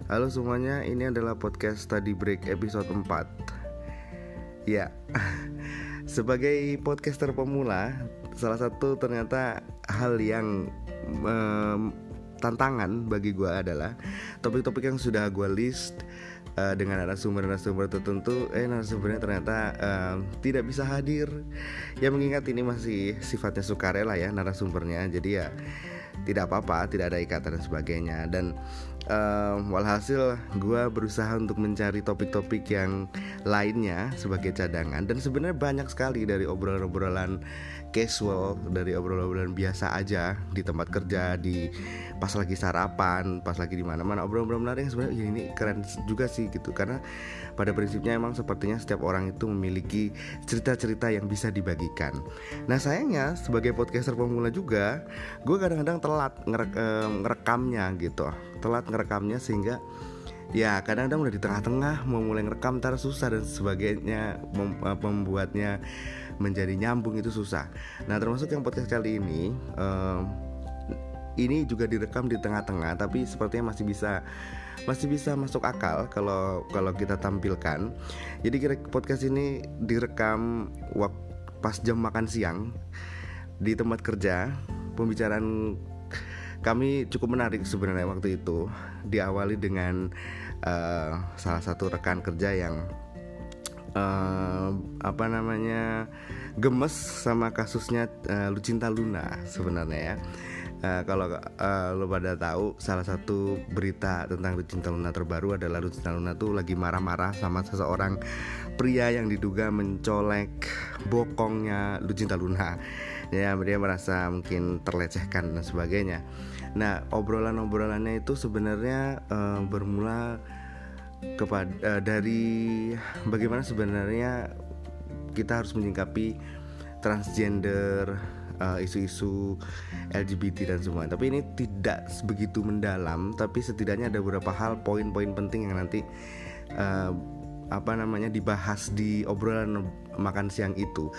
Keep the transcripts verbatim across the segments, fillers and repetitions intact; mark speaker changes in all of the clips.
Speaker 1: Halo semuanya, ini adalah podcast Study Break episode empat. Ya, sebagai podcaster pemula, salah satu ternyata hal yang um, tantangan bagi gue adalah topik-topik yang sudah gue list uh, dengan narasumber-narasumber tertentu, eh narasumbernya ternyata uh, tidak bisa hadir. Ya mengingat ini masih sifatnya sukarela ya narasumbernya, jadi ya tidak apa-apa, tidak ada ikatan dan sebagainya. Dan uh, walhasil gue berusaha untuk mencari topik-topik yang lainnya sebagai cadangan. Dan sebenarnya banyak sekali dari obrolan-obrolan casual, dari obrolan-obrolan biasa aja di tempat kerja, di pas lagi sarapan, pas lagi di mana-mana, obrolan-obrolan menarik yang sebenarnya ya ini keren juga sih gitu. Karena pada prinsipnya emang sepertinya setiap orang itu memiliki cerita-cerita yang bisa dibagikan. Nah sayangnya sebagai podcaster pemula juga, gue kadang-kadang telat ngerek, eh, ngerekamnya gitu, telat ngerekamnya sehingga ya kadang-kadang udah di tengah-tengah mau mulai ngerekam ntar susah dan sebagainya, mem- membuatnya menjadi nyambung itu susah. Nah termasuk yang podcast kali ini, eh, ini juga direkam di tengah-tengah, tapi sepertinya masih bisa masih bisa masuk akal kalau kalau kita tampilkan. Jadi podcast ini direkam waktu pas jam makan siang di tempat kerja. Pembicaraan kami cukup menarik sebenarnya waktu itu, diawali dengan uh, salah satu rekan kerja yang uh, apa namanya gemes sama kasusnya uh, Lucinta Luna sebenarnya ya. Uh, kalau uh, lo pada tahu, salah satu berita tentang Lucinta Luna terbaru adalah Lucinta Luna tuh lagi marah-marah sama seseorang pria yang diduga mencolek bokongnya Lucinta Luna. Ya, dia merasa mungkin terlecehkan dan sebagainya. Nah, obrolan-obrolannya itu sebenarnya uh, bermula kepada uh, dari bagaimana sebenarnya kita harus menyikapi transgender, uh, isu-isu L G B T dan semua. Tapi ini tidak begitu mendalam, tapi setidaknya ada beberapa hal, poin-poin penting yang nanti uh, apa namanya dibahas di obrolan makan siang itu.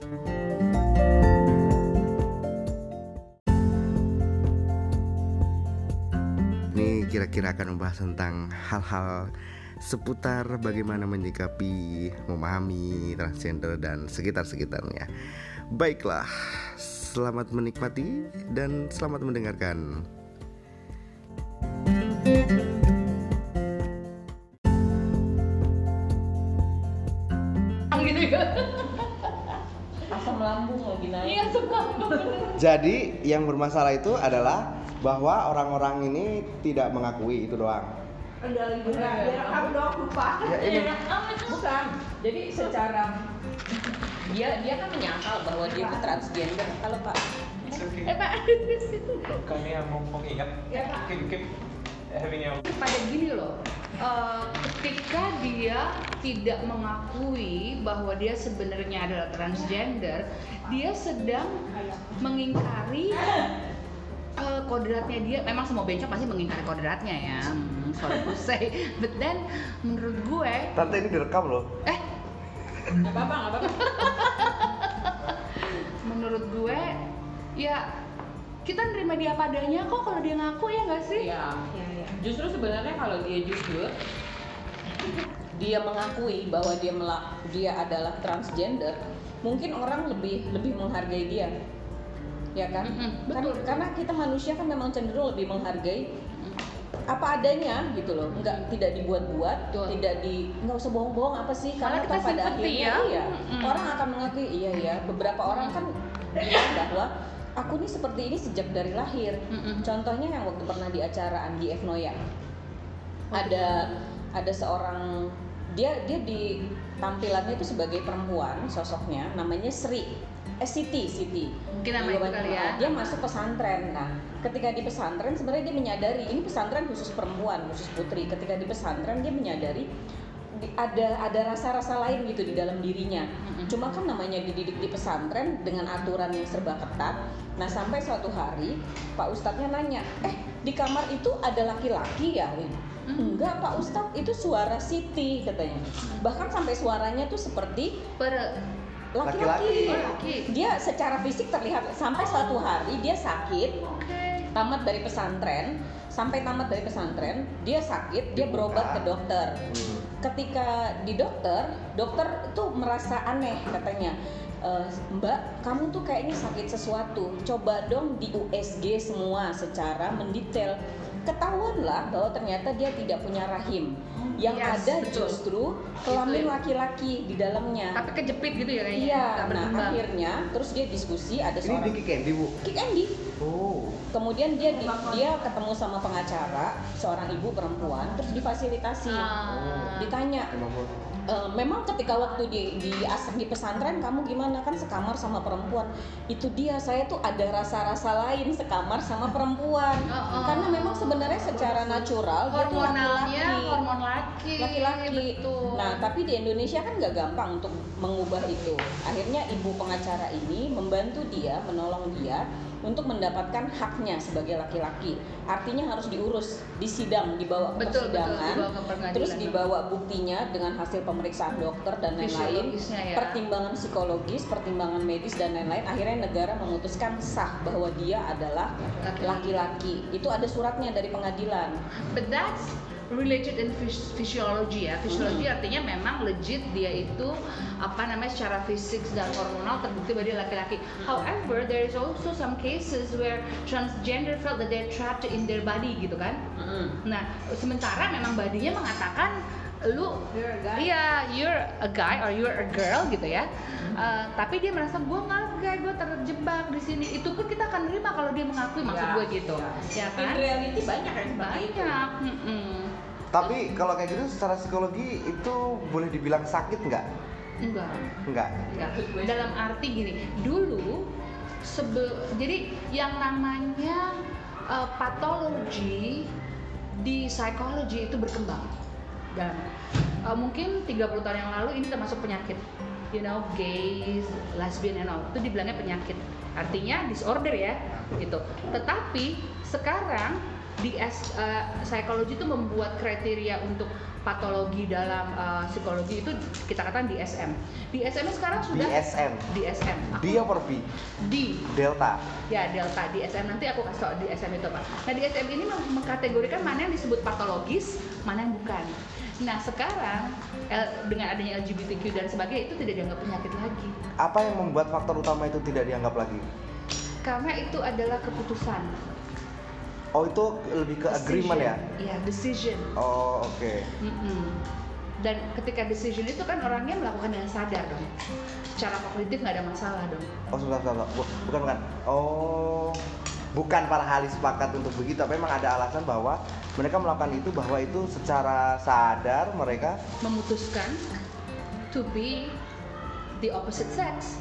Speaker 1: Ini kira-kira akan membahas tentang hal-hal seputar bagaimana menyikapi, memahami transgender dan sekitar-sekitarnya. Baiklah, selamat menikmati dan selamat mendengarkan.
Speaker 2: Gitu ya. Asam lambung lagi naik. Iya, asam lambung.
Speaker 1: Jadi yang bermasalah itu adalah bahwa orang-orang ini tidak mengakui itu doang.
Speaker 2: Kendali juga, direkam dong, lupa.
Speaker 1: Ya, ini.
Speaker 2: Bukan. Jadi secara dia dia kan menyangkal bahwa dia itu transgender. Kalau Pak,
Speaker 3: Okay.
Speaker 2: eh Pak,
Speaker 3: Kami yang mau mengingat,
Speaker 2: ya Pak.
Speaker 3: keep keep having a
Speaker 4: Pada gini loh, uh, ketika dia tidak mengakui bahwa dia sebenarnya adalah transgender, dia sedang mengingkari uh, kodratnya dia. Memang semua bencong pasti mengingkari kodratnya ya, hmm, sorry to say. But then menurut gue,
Speaker 1: Tante ini direkam loh.
Speaker 4: eh,
Speaker 2: nggak apa-apa, nggak apa-apa.
Speaker 4: menurut gue, ya kita nerima dia padanya kok kalau dia ngaku, ya nggak sih?
Speaker 2: Iya. Justru sebenarnya kalau dia jujur, dia mengakui bahwa dia melak, dia adalah transgender, mungkin orang lebih lebih menghargai dia, ya kan?
Speaker 4: Mm-mm,
Speaker 2: Kan-
Speaker 4: betul.
Speaker 2: Karena kita manusia kan memang cenderung lebih menghargai apa adanya gitu loh, nggak tidak dibuat-buat,
Speaker 4: Betul.
Speaker 2: tidak di nggak usah bohong-bohong apa sih,
Speaker 4: Karena
Speaker 2: karena
Speaker 4: kita
Speaker 2: toh pada
Speaker 4: simpati
Speaker 2: akhirnya
Speaker 4: ya.
Speaker 2: iya,
Speaker 4: Mm-mm.
Speaker 2: orang akan mengakui iya ya. Beberapa orang kan bilang bahwa aku nih seperti ini sejak dari lahir.
Speaker 4: Mm-mm.
Speaker 2: Contohnya yang waktu pernah di acara Andi F Noya, ada ada seorang dia dia di tampilannya itu sebagai perempuan, sosoknya namanya Sri, eh Siti Siti.
Speaker 4: Mungkin nama itu kali ya.
Speaker 2: Dia masuk pesantren. Nah, ketika di pesantren sebenarnya dia menyadari ini pesantren khusus perempuan, khusus putri. Ketika di pesantren dia menyadari di- ada ada rasa-rasa lain gitu di dalam dirinya.
Speaker 4: Mm-mm.
Speaker 2: Cuma kan namanya dididik di pesantren dengan aturan yang serba ketat. Nah, sampai suatu hari Pak Ustadznya nanya, eh di kamar itu ada laki-laki ya?
Speaker 4: Mm.
Speaker 2: Enggak Pak Ustadz, itu suara Siti katanya. Bahkan sampai suaranya tuh seperti
Speaker 4: Per
Speaker 2: laki-laki.
Speaker 4: Oh, laki.
Speaker 2: Dia secara fisik terlihat sampai suatu hari dia sakit.
Speaker 4: Oke.
Speaker 2: tamat dari pesantren, sampai tamat dari pesantren dia sakit, dia berobat ke dokter.
Speaker 1: Hmm.
Speaker 2: Ketika di dokter, dokter tuh merasa aneh katanya. E, Mbak, kamu tuh kayaknya sakit sesuatu. Coba dong di U S G semua secara mendetail. Ketahuanlah bahwa ternyata dia tidak punya rahim. Yang
Speaker 4: Yes,
Speaker 2: ada
Speaker 4: betul.
Speaker 2: justru kelamin
Speaker 4: Itu.
Speaker 2: laki-laki di dalamnya.
Speaker 4: Tapi kejepit gitu ya kayaknya.
Speaker 2: Iya,
Speaker 4: nggak
Speaker 2: nah
Speaker 4: berkembang.
Speaker 2: akhirnya terus dia diskusi ada
Speaker 1: Ini di
Speaker 2: seorang
Speaker 1: Kick Andy, Bu.
Speaker 2: Kick Andy.
Speaker 1: Oh.
Speaker 2: Kemudian dia di- dia ketemu sama pengacara, seorang ibu perempuan, terus difasilitasi.
Speaker 4: Ah.
Speaker 2: Ditanya,
Speaker 1: Emang, Bu.
Speaker 2: "E, memang ketika waktu di di as- di pesantren kamu gimana, kan sekamar sama perempuan?" Itu dia, saya tuh ada rasa-rasa lain sekamar sama perempuan.
Speaker 4: Oh, oh.
Speaker 2: Karena memang sebenarnya secara natural dia tuh
Speaker 4: Hormonalnya
Speaker 2: laki-laki.
Speaker 4: hormon laki.
Speaker 2: Laki-laki.
Speaker 4: Betul.
Speaker 2: Nah, tapi di Indonesia kan nggak gampang untuk mengubah itu. Akhirnya ibu pengacara ini membantu dia, menolong dia untuk mendapatkan haknya sebagai laki-laki. Artinya harus diurus di sidang, dibawa ke
Speaker 4: Betul, betul,
Speaker 2: persidangan,
Speaker 4: dibawa ke pengadilan.
Speaker 2: terus dibawa buktinya dengan hasil pemeriksaan dokter dan lain-lain,
Speaker 4: Fisiologisnya ya.
Speaker 2: pertimbangan psikologis, pertimbangan medis dan lain-lain. Akhirnya negara memutuskan sah bahwa dia adalah laki-laki. Itu ada suratnya dari pengadilan.
Speaker 4: But that's related in phys- physiology ya. Physiology artinya memang legit dia itu apa namanya secara fisik dan hormonal terbukti bahwa dia laki-laki. However, there is also some cases where transgender felt that they're trapped in their body gitu kan. Nah, sementara memang badinya mengatakan lu iya you're a guy or you're a girl gitu ya. Uh, tapi dia merasa gue nggak kayak gue terjebak di sini. Itu pun kita akan nerima kalau dia mengakui maksud
Speaker 2: Ya,
Speaker 4: gue gitu. Ya
Speaker 2: ya.
Speaker 4: kan?
Speaker 2: In reality banyak yang seperti itu.
Speaker 4: Banyak. Mm-mm.
Speaker 1: Tapi kalau kayak gitu secara psikologi itu boleh dibilang sakit nggak?
Speaker 4: Enggak.
Speaker 1: Enggak.
Speaker 4: Enggak. Dalam arti gini, dulu sebe jadi yang namanya uh, patologi di psikologi itu berkembang. Dan uh, mungkin tiga puluh tahun yang lalu ini termasuk penyakit. You know, gays, lesbian and all. Itu dibilangnya penyakit. Artinya disorder ya, gitu. Tetapi sekarang di S, uh, psikologi itu membuat kriteria untuk patologi dalam uh, psikologi itu kita katakan D S M. D S M sekarang sudah
Speaker 1: D S M.
Speaker 4: D S M. Aku-
Speaker 1: D apa B?
Speaker 4: D.
Speaker 1: Delta.
Speaker 4: Ya, delta D S M, nanti aku kasih tau D S M itu apa. Nah, D S M ini meng- mengkategorikan mana yang disebut patologis, mana yang bukan. Nah, sekarang L- dengan adanya L G B T Q dan sebagainya itu tidak dianggap penyakit lagi.
Speaker 1: Apa yang membuat faktor utama itu tidak dianggap lagi?
Speaker 4: Karena itu adalah keputusan.
Speaker 1: Oh, itu lebih ke agreement ya?
Speaker 4: Iya, decision.
Speaker 1: Oh, oke.
Speaker 4: Mm-mm. Dan ketika decision itu kan orangnya melakukan dengan sadar dong. Secara kognitif nggak ada masalah dong.
Speaker 1: Oh, sebentar, sebentar. Bu- Bukan, bukan. Oh, bukan para ahli sepakat untuk begitu, tapi memang ada alasan bahwa mereka melakukan itu bahwa itu secara sadar mereka
Speaker 4: Memutuskan to be the opposite sex.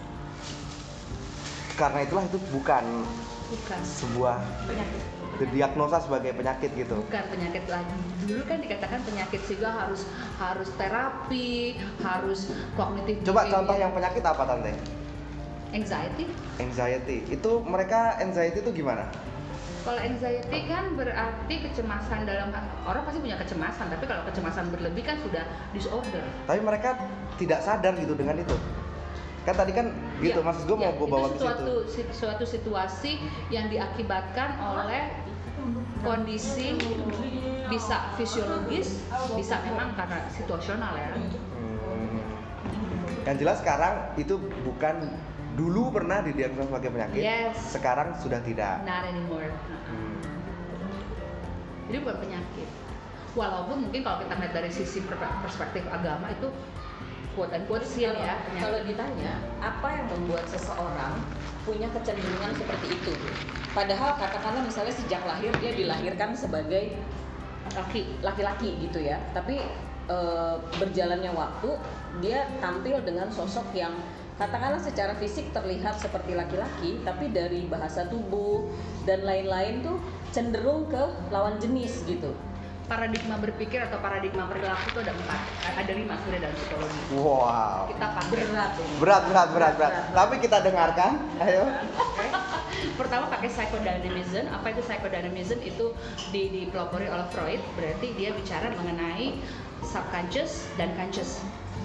Speaker 1: karena itulah itu bukan
Speaker 4: Bukan
Speaker 1: sebuah
Speaker 2: Penyakit.
Speaker 1: diagnosa sebagai penyakit gitu.
Speaker 4: bukan penyakit lagi. Dulu kan dikatakan penyakit sehingga harus harus terapi, harus kognitif.
Speaker 1: Coba
Speaker 4: behavior.
Speaker 1: contoh yang penyakit apa Tante?
Speaker 4: Anxiety.
Speaker 1: Anxiety. Itu mereka anxiety itu gimana?
Speaker 4: Kalau anxiety kan berarti kecemasan dalam orang pasti punya kecemasan, tapi kalau kecemasan berlebih kan sudah disorder.
Speaker 1: Tapi mereka tidak sadar gitu dengan itu. Kan tadi kan gitu,
Speaker 4: Ya,
Speaker 1: maksud gue
Speaker 4: ya,
Speaker 1: mau gue bawa
Speaker 4: itu
Speaker 1: ke
Speaker 4: suatu,
Speaker 1: situ.
Speaker 4: si- suatu situasi yang diakibatkan oleh kondisi bisa fisiologis, bisa memang karena situasional ya.
Speaker 1: Hmm. Yang jelas sekarang itu bukan dulu pernah didiagnosa sebagai penyakit,
Speaker 4: Yes.
Speaker 1: sekarang sudah tidak.
Speaker 4: Not anymore.
Speaker 1: Hmm.
Speaker 4: Jadi bukan penyakit. Walaupun mungkin kalau kita lihat dari sisi per- perspektif agama itu quote unquote sin
Speaker 2: Kalau-
Speaker 4: ya
Speaker 2: Kalau
Speaker 4: penyakit.
Speaker 2: ditanya apa yang membuat seseorang punya kecenderungan seperti itu, padahal katakanlah misalnya sejak lahir dia dilahirkan sebagai
Speaker 4: Laki.
Speaker 2: laki-laki gitu ya, tapi e, berjalannya waktu dia tampil dengan sosok yang katakanlah secara fisik terlihat seperti laki-laki, tapi dari bahasa tubuh dan lain-lain tuh cenderung ke lawan jenis gitu.
Speaker 4: Paradigma berpikir atau paradigma perilaku itu ada empat, ada lima sebenarnya dalam psikologi.
Speaker 1: Wow.
Speaker 4: Kita pakai.
Speaker 2: Berat ini.
Speaker 1: Berat, berat, berat, berat. Tapi kita dengarkan. Ayo.
Speaker 4: Oke. Pertama pakai psychodynamism. Apa itu psychodynamism? Itu di- dipelopori oleh Freud. Berarti dia bicara mengenai subconscious dan conscious.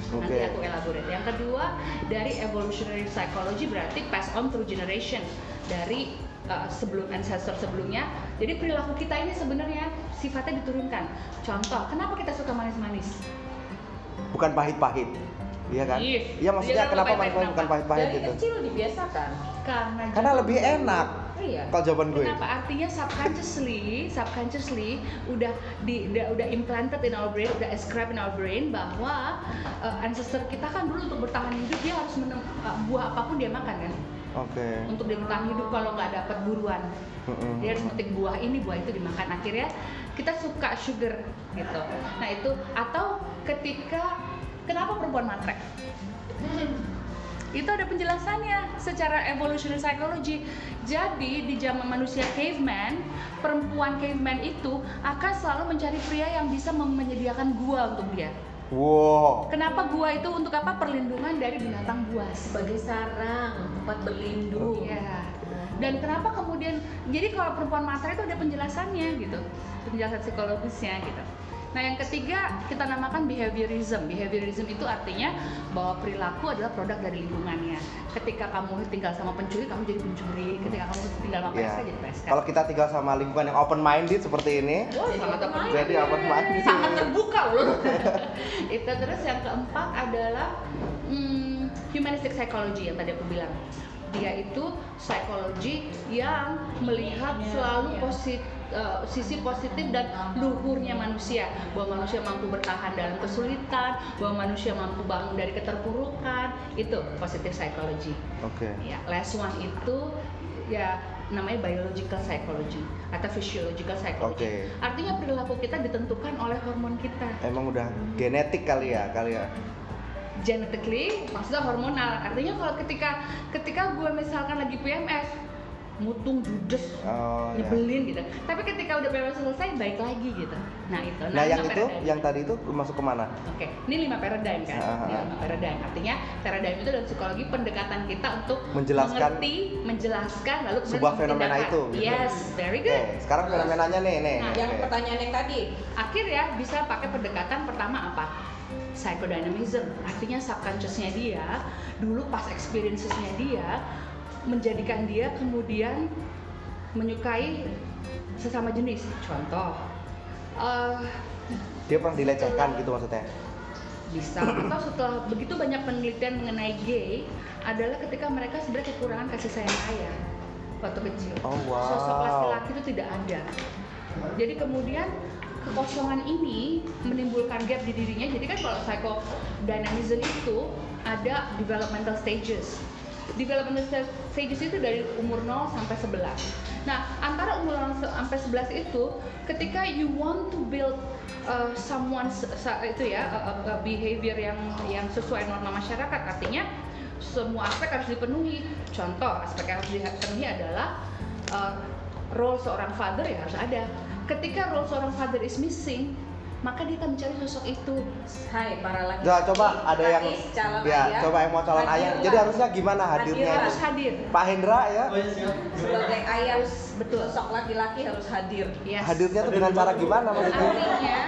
Speaker 4: Nanti
Speaker 1: Oke.
Speaker 4: aku elaborate. Yang kedua dari evolutionary psychology berarti pass on through generation dari uh, sebelum ancestor sebelumnya. Jadi perilaku kita ini sebenarnya sifatnya diturunkan. Contoh, kenapa kita suka manis-manis?
Speaker 1: Bukan pahit-pahit. Iya kan?
Speaker 4: Ih,
Speaker 1: Iya maksudnya
Speaker 4: dia
Speaker 1: kenapa
Speaker 4: kenapa
Speaker 1: manis-manis bukan
Speaker 4: kenapa?
Speaker 1: pahit-pahit
Speaker 2: Dari
Speaker 1: gitu?
Speaker 2: kecil dibiasakan.
Speaker 4: Karena
Speaker 1: Karena
Speaker 4: juga-
Speaker 1: lebih enak.
Speaker 2: Iya.
Speaker 1: Kalau jawaban gue.
Speaker 4: Kenapa? Artinya subconsciously, subconsciously udah di udah, udah implanted in our brain, udah ascribed in our brain bahwa uh, ancestor kita kan dulu untuk bertahan hidup dia harus menem, uh, buah apapun dia makan kan.
Speaker 1: Oke.
Speaker 4: Untuk dia bertahan hidup kalau nggak dapat buruan,
Speaker 1: Mm-mm.
Speaker 4: dia harus metik buah ini, buah itu dimakan. Akhirnya kita suka sugar gitu. Nah itu atau ketika kenapa perempuan matre? Itu ada penjelasannya secara evolutionary psychology. Jadi di zaman manusia caveman, perempuan caveman itu akan selalu mencari pria yang bisa mem- menyediakan gua untuk dia.
Speaker 1: Wow.
Speaker 4: Kenapa gua itu untuk apa? Perlindungan dari binatang buas.
Speaker 2: Sebagai sarang, tempat berlindung.
Speaker 4: Iya. Dan kenapa kemudian jadi kalau perempuan matre itu ada penjelasannya gitu. Penjelasan psikologisnya gitu. Nah, yang ketiga kita namakan behaviorism. Behaviorism itu artinya bahwa perilaku adalah produk dari lingkungannya. Ketika kamu tinggal sama pencuri, kamu jadi pencuri. Ketika kamu tinggal sama P S K,
Speaker 1: Iya.
Speaker 4: jadi P S K.
Speaker 1: Kalau kita tinggal sama lingkungan yang open minded seperti ini,
Speaker 4: Wah, sangat open minded.
Speaker 1: jadi open minded.
Speaker 4: Sangat terbuka loh. Itu terus yang keempat adalah hmm, humanistic psychology yang tadi aku bilang. Dia itu psikologi yang melihat selalu posit, uh, sisi positif dan luhurnya manusia, bahwa manusia mampu bertahan dalam kesulitan, bahwa manusia mampu bangun dari keterpurukan. Itu positive psychology.
Speaker 1: Oke.
Speaker 4: Ya, last one itu ya namanya biological psychology atau physiological psychology.
Speaker 1: Oke.
Speaker 4: Artinya perilaku kita ditentukan oleh hormon kita.
Speaker 1: Emang udah genetik kali ya, kali ya.
Speaker 4: Genetically, maksudnya hormonal. Artinya kalau ketika ketika gue misalkan lagi P M S, mutung, judes,
Speaker 1: Oh, ya.
Speaker 4: nyebelin gitu. Tapi ketika udah P M S selesai, baik lagi gitu. Nah itu.
Speaker 1: Nah, yang
Speaker 4: lima
Speaker 1: itu,
Speaker 4: paradigm.
Speaker 1: yang tadi itu masuk kemana?
Speaker 4: Oke, ini lima paradigm kan?
Speaker 1: Ah, ah,
Speaker 4: Ini
Speaker 1: ah.
Speaker 4: lima paradigm. Artinya paradigm itu dalam psikologi pendekatan kita untuk
Speaker 1: Menjelaskan
Speaker 4: mengerti, menjelaskan, lalu kemudian
Speaker 1: sebuah fenomena
Speaker 4: tindakan.
Speaker 1: itu, gitu.
Speaker 4: Yes, very
Speaker 1: Oke,
Speaker 4: good.
Speaker 1: sekarang fenomenanya nih, nih.
Speaker 4: Nah,
Speaker 2: Yang
Speaker 1: Oke.
Speaker 2: pertanyaan yang tadi,
Speaker 4: Akhir ya bisa pakai pendekatan pertama apa? Psychodynamism. Artinya subconsciousnya dia dulu pas experiences-nya dia menjadikan dia kemudian menyukai sesama jenis. Contoh, eh,
Speaker 1: Dia pernah dilecehkan gitu maksudnya.
Speaker 4: bisa atau setelah begitu banyak penelitian mengenai gay adalah ketika mereka sebenarnya kekurangan kasih sayang ayah waktu kecil.
Speaker 1: Oh, wow.
Speaker 4: Sosok laki-laki itu tidak ada. Jadi kemudian kekosongan ini menimbulkan gap di dirinya. Jadi kan kalau psychodynamism itu ada developmental stages. Developmental stages itu dari umur nol sampai sebelas. Nah, antara umur nol sampai sebelas itu ketika you want to build uh, someone itu ya uh, uh, behavior yang yang sesuai norma masyarakat, artinya semua aspek harus dipenuhi. Contoh, aspek yang harus dipenuhi adalah uh, role seorang father ya harus ada. Ketika role seorang father is missing, maka dia akan mencari sosok itu.
Speaker 2: hai para laki-laki.
Speaker 1: Nah, coba ada yang
Speaker 2: Gadis, calon
Speaker 1: ya,
Speaker 2: ayah,
Speaker 1: coba yang mau calon ayah.
Speaker 2: hadirlah.
Speaker 1: Jadi harusnya gimana hadirnya
Speaker 2: Hadirlah.
Speaker 4: Harus
Speaker 1: itu?
Speaker 4: hadir.
Speaker 1: Pak Hendra ya.
Speaker 2: Sebagai ayah,
Speaker 4: Betul.
Speaker 2: sosok laki-laki harus hadir.
Speaker 4: Yes.
Speaker 1: Hadirnya tuh dengan cara gimana maksudnya?
Speaker 4: Artinya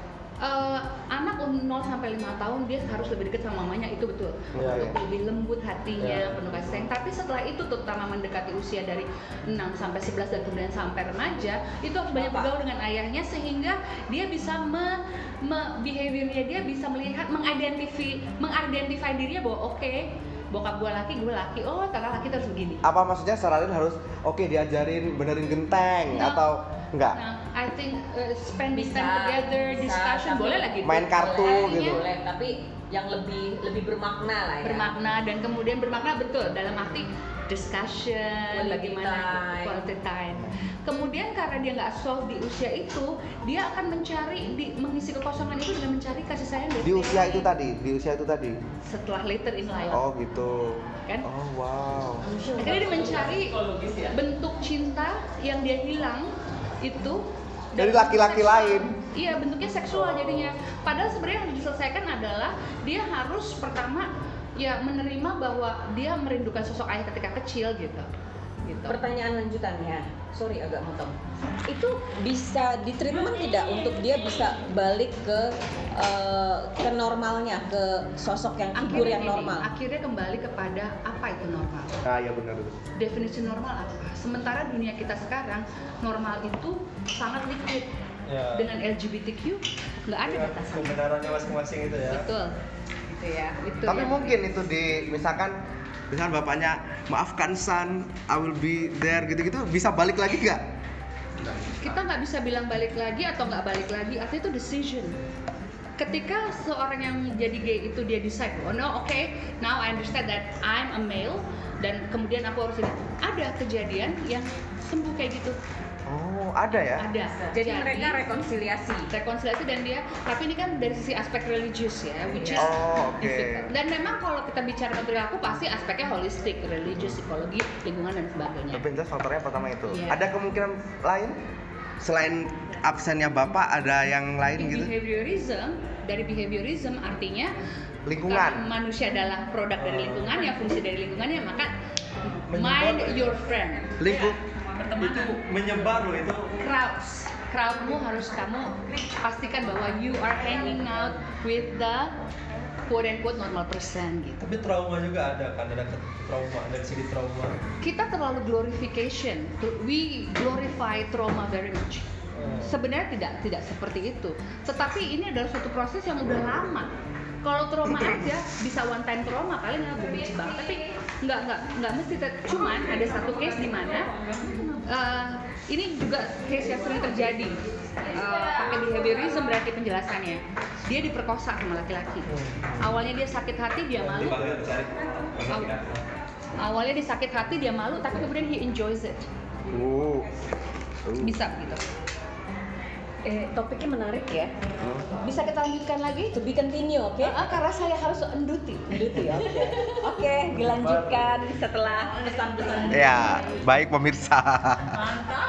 Speaker 4: eh, anak umur nol sampai lima tahun dia harus lebih dekat sama mamanya, itu betul.
Speaker 1: Iya,
Speaker 4: Untuk
Speaker 1: iya.
Speaker 4: lebih lembut hatinya,
Speaker 1: Iya.
Speaker 4: penuh kasih sayang. Tapi setelah itu terutama mendekati usia dari enam sampai sebelas dan kemudian sampai remaja, itu harus banyak
Speaker 2: Bapak.
Speaker 4: bergaul dengan ayahnya sehingga dia bisa me, me- behaviornya dia bisa melihat mengidentifi mengidentify dirinya bahwa oke, bokap gue laki, gue laki. Oh, ternyata laki terus begini.
Speaker 1: Apa maksudnya secara real harus oke diajarin benerin genteng
Speaker 4: No.
Speaker 1: atau enggak?
Speaker 4: Nah, I think uh, spend
Speaker 2: Bisa,
Speaker 4: time together,
Speaker 2: bisa,
Speaker 4: discussion,
Speaker 2: tapi
Speaker 4: boleh lagi
Speaker 1: main kartu
Speaker 2: Boleh,
Speaker 1: gitu.
Speaker 2: boleh, tapi yang lebih lebih bermakna lah ya.
Speaker 4: bermakna dan kemudian bermakna betul dalam arti discussion,
Speaker 2: Quality
Speaker 4: bagaimana
Speaker 2: time.
Speaker 4: quality time. Kemudian karena dia nggak solve di usia itu, dia akan mencari di, mengisi kekosongan itu dengan mencari kasih sayang dari
Speaker 1: Di usia
Speaker 4: pria
Speaker 1: itu
Speaker 4: lain.
Speaker 1: tadi, di usia itu tadi.
Speaker 4: Setelah later in life,
Speaker 1: Oh gitu.
Speaker 4: kan?
Speaker 1: Oh wow.
Speaker 4: Akhirnya dia mencari bentuk cinta yang dia hilang itu
Speaker 1: Dari
Speaker 4: dalam
Speaker 1: laki-laki
Speaker 4: seksual.
Speaker 1: lain.
Speaker 4: Iya, bentuknya seksual jadinya. Padahal sebenarnya yang harus diselesaikan adalah dia harus pertama ya menerima bahwa dia merindukan sosok ayah ketika kecil gitu. gitu.
Speaker 2: Pertanyaan lanjutannya, sorry agak motong. Itu bisa di treatment tidak untuk dia bisa balik ke uh, ke normalnya, ke sosok yang figur
Speaker 4: Akhirnya
Speaker 2: yang
Speaker 4: gini,
Speaker 2: normal?
Speaker 4: akhirnya kembali kepada apa itu normal.
Speaker 1: Ah ya benar.
Speaker 4: Definisi normal apa? Sementara dunia kita sekarang normal itu sangat liquid.
Speaker 3: Ya.
Speaker 4: Dengan L G B T Q nggak ada
Speaker 3: Ya,
Speaker 4: batasan.
Speaker 3: kebenarannya masing-masing itu ya.
Speaker 4: Betul, gitu ya. Itu
Speaker 1: Tapi
Speaker 4: yang-
Speaker 1: mungkin itu di misalkan misalkan bapaknya maafkan son, I will be there gitu-gitu bisa balik lagi nggak?
Speaker 4: kita nggak bisa bilang balik lagi atau nggak balik lagi, artinya itu decision. Ketika seorang yang jadi gay itu dia decide, oh no, okay, now I understand that I'm a male, dan kemudian aku harus ini. Ada kejadian yang sembuh kayak gitu,
Speaker 1: Oh ada ya?
Speaker 4: ada.
Speaker 2: Jadi mereka rekonsiliasi.
Speaker 4: rekonsiliasi dan dia, tapi ini kan dari sisi aspek religius ya, which is
Speaker 1: Oh, oke.
Speaker 4: difficult. Dan memang kalau kita bicara perilaku pasti aspeknya holistik, religius, psikologi, lingkungan dan sebagainya.
Speaker 1: Tapi jelas faktornya pertama itu.
Speaker 4: Iya.
Speaker 1: Ada kemungkinan lain selain absennya bapak ada yang lain
Speaker 4: Di
Speaker 1: gitu?
Speaker 4: behaviorism, dari behaviorism artinya
Speaker 1: Lingkungan.
Speaker 4: karena manusia adalah produk dari lingkungan, ya fungsi dari lingkungannya, maka
Speaker 3: Menyebar
Speaker 4: mind
Speaker 3: ya?
Speaker 4: your friend.
Speaker 1: Lingkup.
Speaker 3: Itu menyebar loh itu.
Speaker 4: Crowds, crowdmu harus kamu pastikan bahwa you are hanging out with the quote unquote normal person gitu.
Speaker 3: Tapi trauma juga ada kan, ada ke- trauma dari segi trauma.
Speaker 4: Kita terlalu glorification, we glorify trauma very much. Sebenarnya tidak tidak seperti itu. Tetapi ini adalah suatu proses yang udah lama. Kalau trauma aja bisa one time trauma kali nggak benci banget, tapi nggak nggak nggak mesti. Cuman ada satu case di mana uh, ini juga case yang sering terjadi. Uh, pakai behaviorism berarti penjelasannya. Dia diperkosa sama laki-laki. Awalnya dia sakit hati, dia malu. Aw- Awalnya dia sakit hati, dia malu, tapi kemudian he enjoys it.
Speaker 1: Uh.
Speaker 4: Bisa begitu.
Speaker 2: Eh, topiknya menarik ya. Bisa kita lanjutkan lagi? To be continue, oke?
Speaker 4: Ah, karena saya harus unduti.
Speaker 2: Duty, oke. Oke, dilanjutkan setelah pesan-pesan.
Speaker 1: Ya, baik pemirsa.
Speaker 2: Mantap.